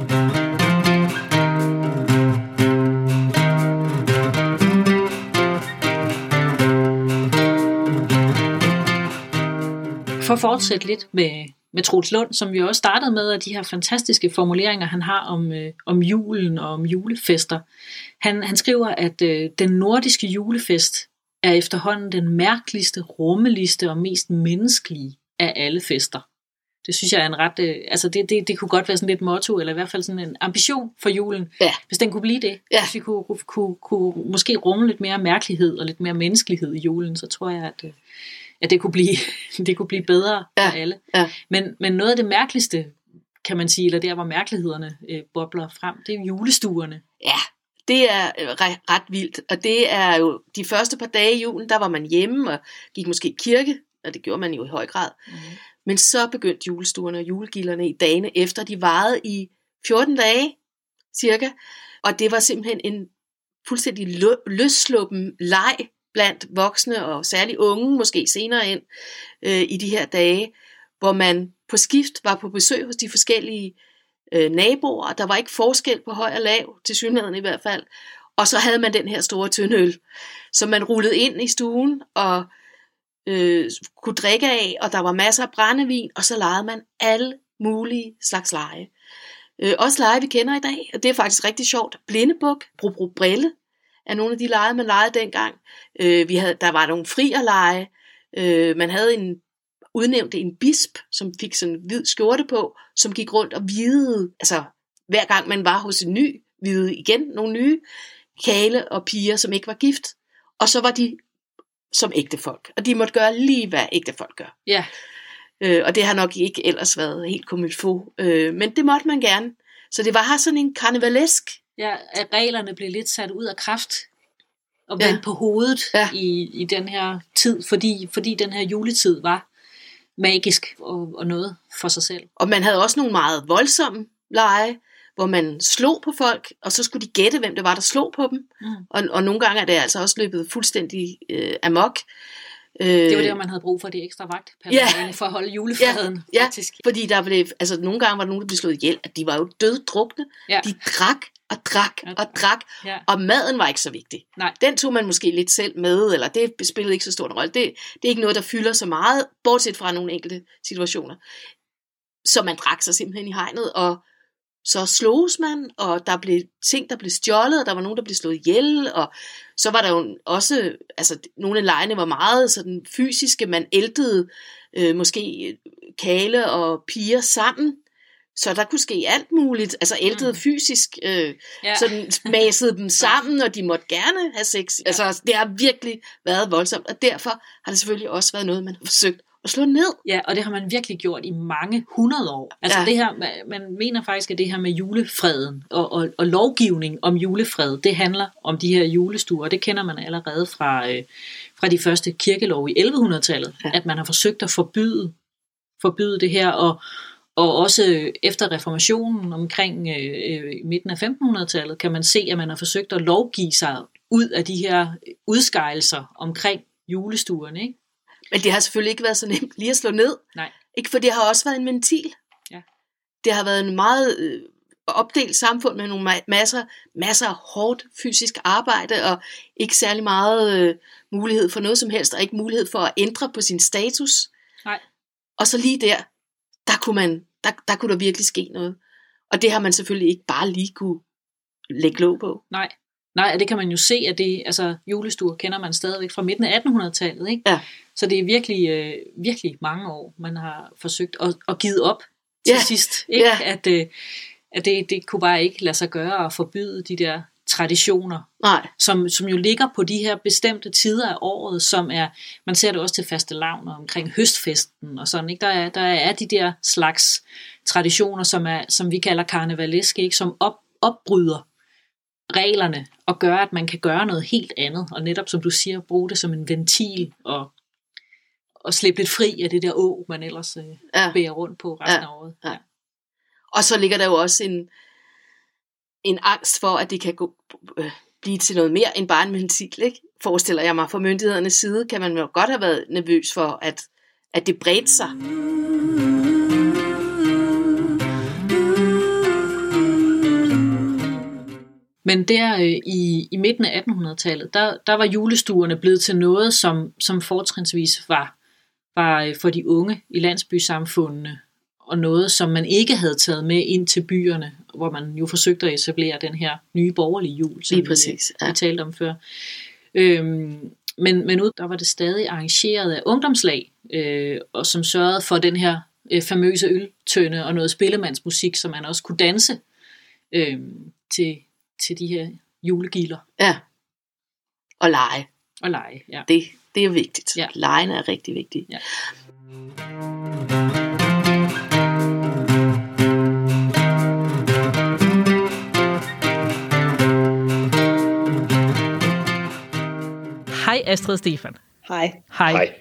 For at fortsætte lidt med Troels Lund, som vi også startede med, af de her fantastiske formuleringer, han har om julen og om julefester. Han skriver, at den nordiske julefest er efterhånden den mærkeligste, rummeligste og mest menneskelige af alle fester. Det synes jeg er en ret... altså det kunne godt være sådan lidt motto, eller i hvert fald sådan en ambition for julen, hvis den kunne blive det. Ja. Hvis vi kunne måske rumme lidt mere mærkelighed og lidt mere menneskelighed i julen, så tror jeg, at det kunne blive bedre for alle. Ja. Men noget af det mærkeligste, kan man sige, eller der hvor mærkelighederne bobler frem, det er julestuerne. Ja, det er ret vildt, og det er jo de første par dage i julen, der var man hjemme og gik måske i kirke, og det gjorde man jo i høj grad. Men så begyndte julestuerne og julegilderne i dagene efter, de varede i 14 dage cirka, og det var simpelthen en fuldstændig løssluppen leg blandt voksne og særligt unge, måske senere ind i de her dage, hvor man på skift var på besøg hos de forskellige naboer, og der var ikke forskel på høj og lav, til synligheden i hvert fald, og så havde man den her store tynde øl, som man rullede ind i stuen og kunne drikke af, og der var masser af brændevin, og så legede man alle mulige slags lege. Også lege, vi kender i dag, og det er faktisk rigtig sjovt. Blindebuk, brille, er nogle af de lege, man legede dengang. Der var nogle frierlege. Man havde udnævnte en bisp, som fik sådan en hvid skjorte på, som gik rundt og videde, altså hver gang man var hos en ny, videde igen nogle nye kale og piger, som ikke var gift. Og så var de som ægtefolk, og de måtte gøre lige, hvad ægtefolk gør. Ja. Og det har nok ikke ellers været helt comme il faut, men det måtte man gerne. Så det var sådan en karnevalesk. Ja, at reglerne blev lidt sat ud af kraft og vendt på hovedet i den her tid, fordi den her juletid var magisk og noget for sig selv. Og man havde også nogle meget voldsomme lege, hvor man slog på folk, og så skulle de gætte, hvem det var, der slog på dem. Og nogle gange er det altså også løbet fuldstændig amok. Det var det, man havde brug for, det ekstra vagtpersonale for at holde julefreden. Faktisk. Fordi der blev, altså nogle gange var der nogen, der blev slået ihjel, at de var jo døddrukne. Ja. De drak og drak, og maden var ikke så vigtig. Nej. Den tog man måske lidt selv med, eller det spillede ikke så stor en rolle. Det er ikke noget, der fylder så meget, bortset fra nogle enkelte situationer. Så man drak sig simpelthen i hegnet, og så sloges man, og der blev ting, der blev stjålet, og der var nogen, der blev slået ihjel, og så var der jo også, altså nogle af legene var meget sådan fysiske, man æltede måske kale og piger sammen, så der kunne ske alt muligt, altså æltede fysisk, sådan masede dem sammen, og de måtte gerne have sex. Altså det har virkelig været voldsomt, og derfor har det selvfølgelig også været noget, man har forsøgt at slå ned. Ja, og det har man virkelig gjort i mange 100 år. Altså det her, man mener faktisk, at det her med julefreden og lovgivning om julefred, det handler om de her julestuer, og det kender man allerede fra de første kirkelov i 1100-tallet, at man har forsøgt at forbyde det her, og også efter reformationen omkring midten af 1500-tallet, kan man se, at man har forsøgt at lovgive sig ud af de her udskejelser omkring julestuerne, ikke? Men det har selvfølgelig ikke været så nemt lige at slå ned. Nej. Ikke, for det har også været en ventil. Ja. Det har været en meget opdelt samfund med nogle masser af hårdt fysisk arbejde, og ikke særlig meget mulighed for noget som helst, og ikke mulighed for at ændre på sin status. Nej. Og så lige der kunne der virkelig ske noget. Og det har man selvfølgelig ikke bare lige kunne lægge låg på. Nej, og det kan man jo se, at det, altså julestuer kender man stadigvæk fra midten af 1800-tallet, ikke? Ja. Så det er virkelig, virkelig mange år, man har forsøgt at give op til sidst, ikke? Ja. At det kunne bare ikke lade sig gøre at forbyde de der traditioner, som jo ligger på de her bestemte tider af året, som er, man ser det også til fastelavn og omkring høstfesten og sådan, ikke? Der er de der slags traditioner, som vi kalder karnevaleske, ikke? Som opbryder reglerne og gør, at man kan gøre noget helt andet, og netop som du siger, bruge det som en ventil og slippe lidt fri af det der man ellers bærer rundt på resten af året. Ja. Og så ligger der jo også en angst for, at det kan blive til noget mere end bare en ventil, ikke? Forestiller jeg mig. Fra myndighedernes side kan man jo godt have været nervøs for, at det bredte sig. Men der i midten af 1800-tallet, der var julestuerne blevet til noget, som fortrinsvis var for de unge i landsbysamfundene, og noget, som man ikke havde taget med ind til byerne, hvor man jo forsøgte at etablere den her nye borgerlige jul, som vi talte om før. Men ud der var det stadig arrangeret af ungdomslag, og som sørgede for den her famøse øltønde og noget spillemandsmusik, som man også kunne danse til de her julegilder. Ja, og lege. Og lege, ja. Det er vigtigt. Ja. Legen er rigtig vigtig. Ja. Hej Astrid og Stefan. Hej. Hej.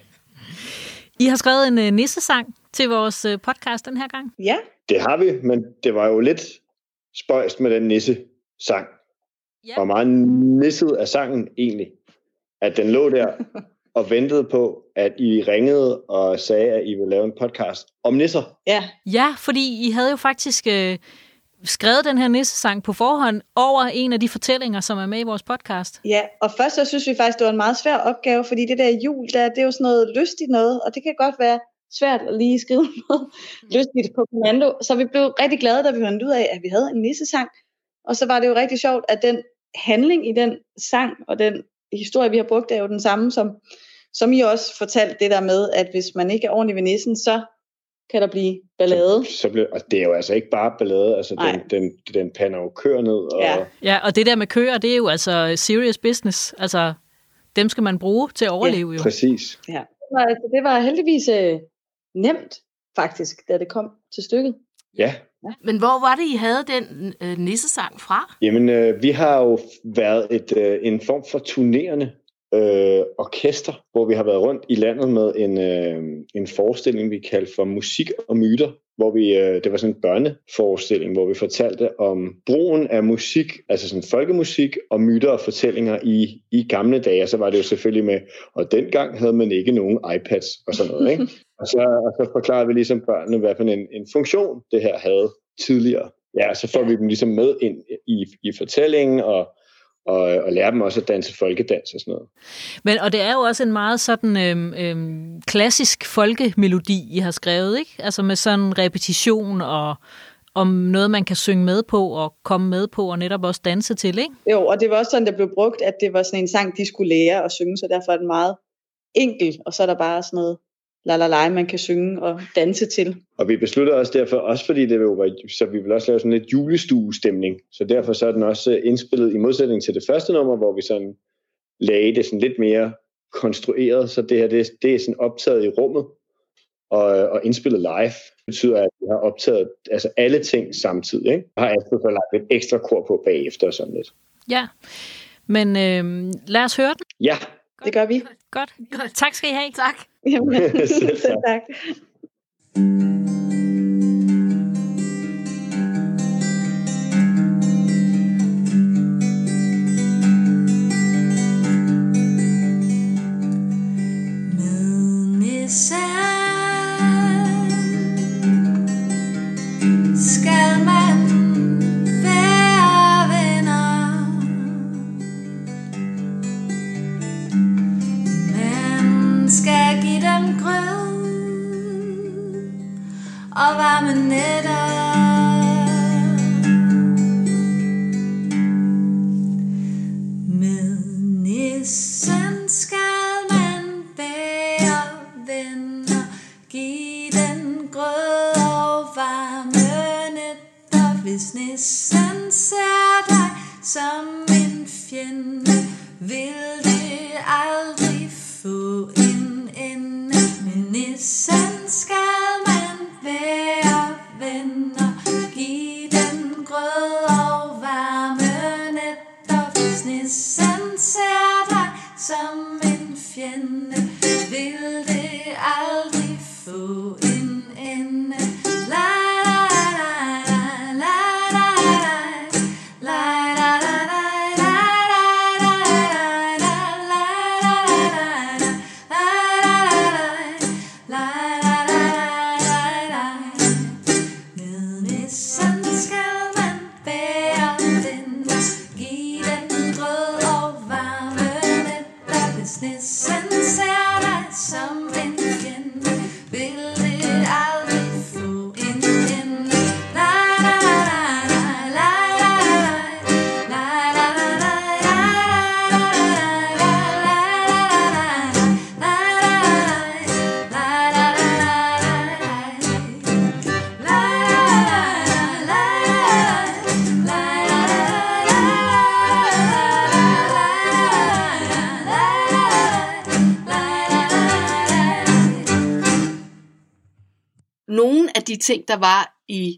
I har skrevet en nissesang til vores podcast den her gang. Ja. Det har vi, men det var jo lidt spøjst med den nissesang. Ja. Og meget nisset af sangen egentlig. At den lå der og ventede på, at I ringede og sagde, at I ville lave en podcast om nisser. Ja. Ja, fordi I havde jo faktisk skrevet den her nissesang på forhånd over en af de fortællinger, som er med i vores podcast. Ja, og først så synes vi faktisk, det var en meget svær opgave, fordi det der jul, det er jo sådan noget lystigt noget, og det kan godt være svært at lige skrive noget lystigt på kommando. Så vi blev rigtig glade, da vi fandt ud af, at vi havde en nissesang. Og så var det jo rigtig sjovt, at den handling i den sang, og den historie, vi har brugt, er jo den samme, som I også fortalte det der med, at hvis man ikke er ordentlig ved nissen, så kan der blive ballade. Og det er jo altså ikke bare ballade, altså den pander jo køer ned. Og... Ja, og det der med køer, det er jo altså serious business. Altså, dem skal man bruge til at overleve jo. Præcis. Ja, det var heldigvis nemt faktisk, da det kom til stykket. Ja. Men hvor var det, I havde den nissesang fra? Jamen, vi har jo været en form for turnerende orkester, hvor vi har været rundt i landet med en forestilling, vi kaldte for Musik og Myter, hvor det var sådan en børneforestilling, hvor vi fortalte om brugen af musik, altså sådan folkemusik og myter og fortællinger i gamle dage. Og så var det jo selvfølgelig med, og dengang havde man ikke nogen iPads og sådan noget, ikke? og så forklarede vi ligesom børnene, hvad for en funktion det her havde tidligere. Ja, så får vi dem ligesom med ind i fortællingen og lære dem også at danse folkedans og sådan noget. Men, og det er jo også en meget sådan klassisk folkemelodi, I har skrevet, ikke? Altså med sådan repetition og om noget, man kan synge med på og komme med på og netop også danse til, ikke? Jo, og det var også sådan, der blev brugt, at det var sådan en sang, de skulle lære at synge, så derfor er den meget enkel, og så er der bare sådan noget la man kan synge og danse til. Og vi besluttede os derfor, også fordi det jo var, så vi vil også lave sådan lidt julestuestemning, så derfor så er den også indspillet i modsætning til det første nummer, hvor vi sådan lagde det sådan lidt mere konstrueret, så det her det er sådan optaget i rummet og indspillet live. Det betyder, at vi har optaget altså alle ting samtidig, ikke? Og har altid så lagt lidt ekstra kor på bagefter og sådan lidt. Ja, men lad os høre den. Ja. Det gør vi. Godt. Tak skal I have. Tak. Jamen, selv tak. Med nissen skal man være venner. Man skal give dem grød og varme nætter. Med nissen skal man være venner, give den grød og varme nætter. Hvis nissen ser dig som en fjende, vil det aldrig få en ende. Med nissen skal man være venner, give den grød og varme nætter. Hvis nissen ser dig som en fjende, vil det aldrig få en ende. La la la la. nogle af de ting, der var i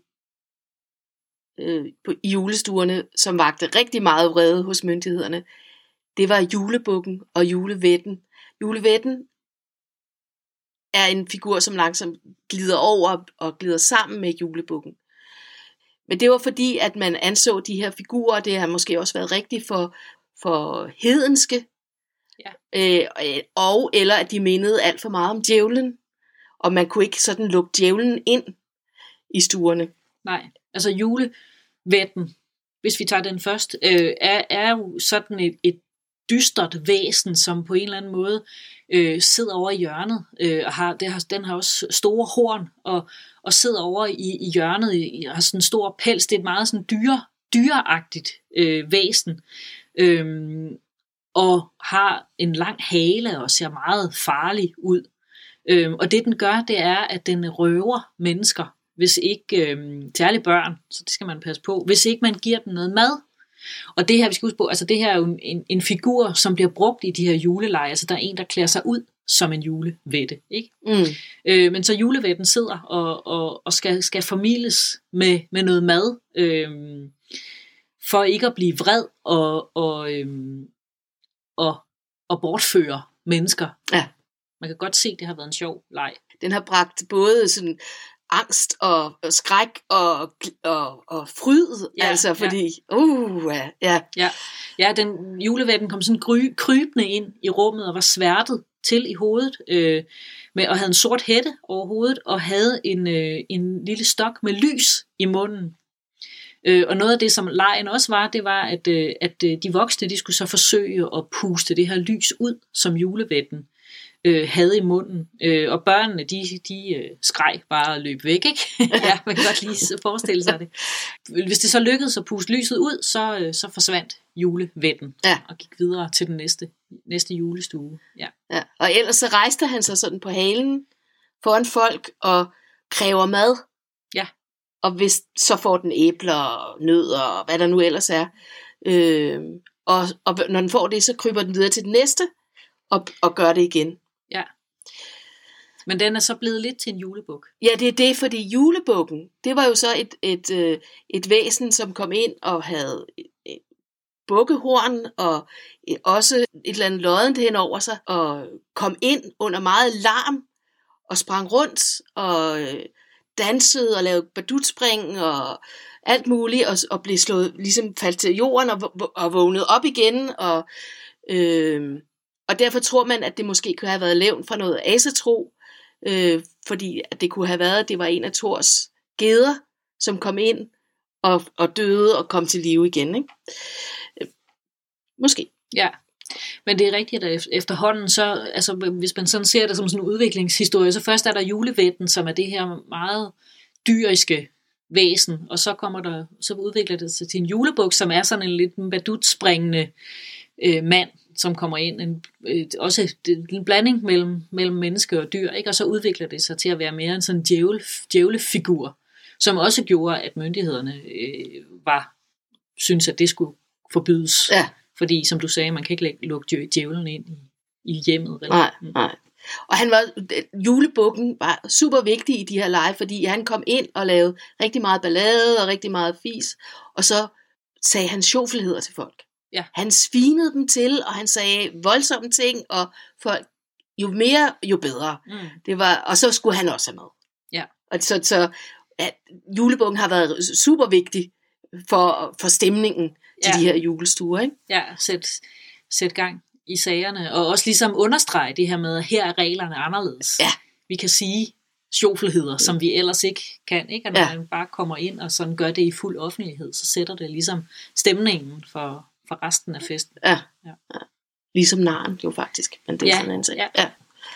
julestuerne, som vagte rigtig meget vrede hos myndighederne, det var julebukken og julevætten. Julevætten er en figur, som langsomt glider over og glider sammen med julebukken. Men det var fordi, at man anså de her figurer, det har måske også været rigtigt for hedenske, og eller at de mindede alt for meget om djævlen, og man kunne ikke sådan lukke djævlen ind i stuerne. Nej, altså julevætten, hvis vi tager den først, er jo sådan et dystert væsen, som på en eller anden måde sidder over i hjørnet, og den har også store horn, og sidder over i hjørnet, har sådan en stor pels. Det er et meget sådan dyreagtigt væsen, og har en lang hale og ser meget farlig ud. Og det den gør, det er, at den røver mennesker, hvis ikke, særligt børn, så det skal man passe på, hvis ikke man giver dem noget mad. Og det her, vi skal huske på, altså det her er jo en figur, som bliver brugt i de her julelege. Altså der er en, der klæder sig ud som en julevætte, ikke? Men så julevætten sidder og skal formidles med noget mad, for ikke at blive vred og bortføre mennesker. Ja. Man kan godt se, at det har været en sjov leg. Den har bragt både sådan angst og skræk og fryd, altså fordi den julevætten kom sådan krybende ind i rummet og var sværtet til i hovedet, og havde en sort hætte over hovedet og havde en lille stok med lys i munden. Og noget af det, som legen også var, det var, at de voksne, de skulle så forsøge at puste det her lys ud, som julevætten havde i munden, og børnene, de skreg bare og løb væk, ikke? Ja, man kan godt lige forestille sig det. Hvis det så lykkedes at puste lyset ud, så forsvandt julevætten og gik videre til den næste julestue. Ja. Og ellers så rejste han sig sådan på halen foran folk og kræver mad. Ja. Og hvis så får den æbler og nødder og hvad der nu ellers er. Og når den får det, så kryber den videre til den næste og gør det igen. Ja. Men den er så blevet lidt til en julebuk. Ja, det er det, fordi julebukken, det var jo så et væsen, som kom ind og havde bukkehorn og også et eller andet loddent hen over sig, og kom ind under meget larm og sprang rundt og dansede og lavede badutspring og alt muligt, og blev slået, ligesom faldt til jorden og vågnede op igen, og derfor tror man, at det måske kunne have været levn fra noget asetro, fordi at det kunne have været, at det var en af Thors geder, som kom ind og døde og kom til live igen, ikke? Måske. Ja, men det er rigtigt, at efterhånden så, altså hvis man sådan ser det som sådan en udviklingshistorie, så først er der julevætten, som er det her meget dyriske væsen, og så udvikler det sig til en julebuk, som er sådan en lidt badutspringende mand, som kommer ind, også en blanding mellem menneske og dyr, ikke? Og så udvikler det sig til at være mere en sådan djævlefigur, som også gjorde, at myndighederne synes, at det skulle forbydes. Ja. Fordi, som du sagde, man kan ikke lukke djævlen ind i hjemmet. Nej. Og julebukken var super vigtig i de her lege, fordi han kom ind og lavede rigtig meget ballade og rigtig meget fis, og så sagde han sjoffelheder til folk. Ja. Han svinede dem til, og han sagde voldsomme ting, og folk, jo mere, jo bedre. Det var, og så skulle han også have med. Ja. Og så julebukken har været super vigtig for stemningen til de her julestuer, ikke? Ja, sæt gang i sagerne, og også ligesom understrege det her med, at her er reglerne anderledes. Ja. Vi kan sige sjoffelheder, som vi ellers ikke kan, ikke? Og når man bare kommer ind og sådan gør det i fuld offentlighed, så sætter det ligesom stemningen for resten af festen. Ja. Ligesom naren jo faktisk, men det er sådan en ting. Ja.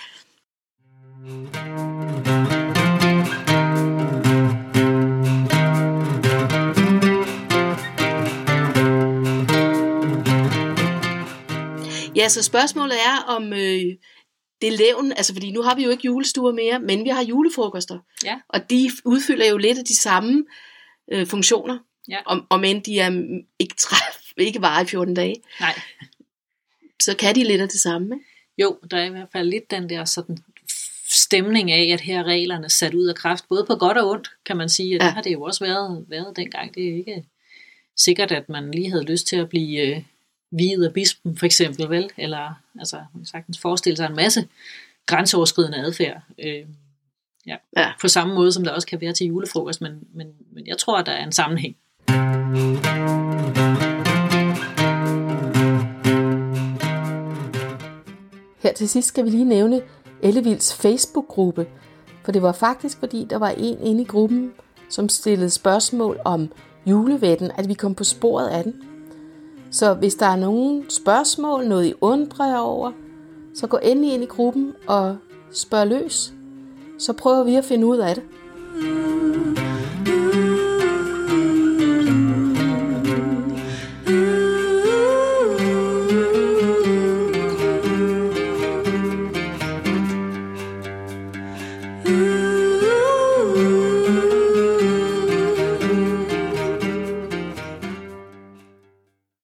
Ja, så spørgsmålet er om det levn, altså fordi nu har vi jo ikke julestuer mere, men vi har julefrokoster. Ja. Og de udfylder jo lidt af de samme funktioner, om end de er ikke varer i 14 dage. Nej. Så kan de lidt af det samme, ikke? Jo, der er i hvert fald lidt den der sådan stemning af, at her er reglerne sat ud af kraft, både på godt og ondt, kan man sige, og det har det jo også været dengang. Det er ikke sikkert, at man lige havde lyst til at blive viet af bispen, for eksempel, vel? Eller, altså, man kan sagtens forestille sig en masse grænseoverskridende adfærd. På samme måde, som der også kan være til julefrokost, men jeg tror, at der er en sammenhæng. Her til sidst skal vi lige nævne Ellevilds Facebook-gruppe, for det var faktisk, fordi der var en inde i gruppen, som stillede spørgsmål om julevætten, at vi kom på sporet af den. Så hvis der er nogle spørgsmål, noget I undrer jer over, så gå endelig ind i gruppen og spørg løs. Så prøver vi at finde ud af det.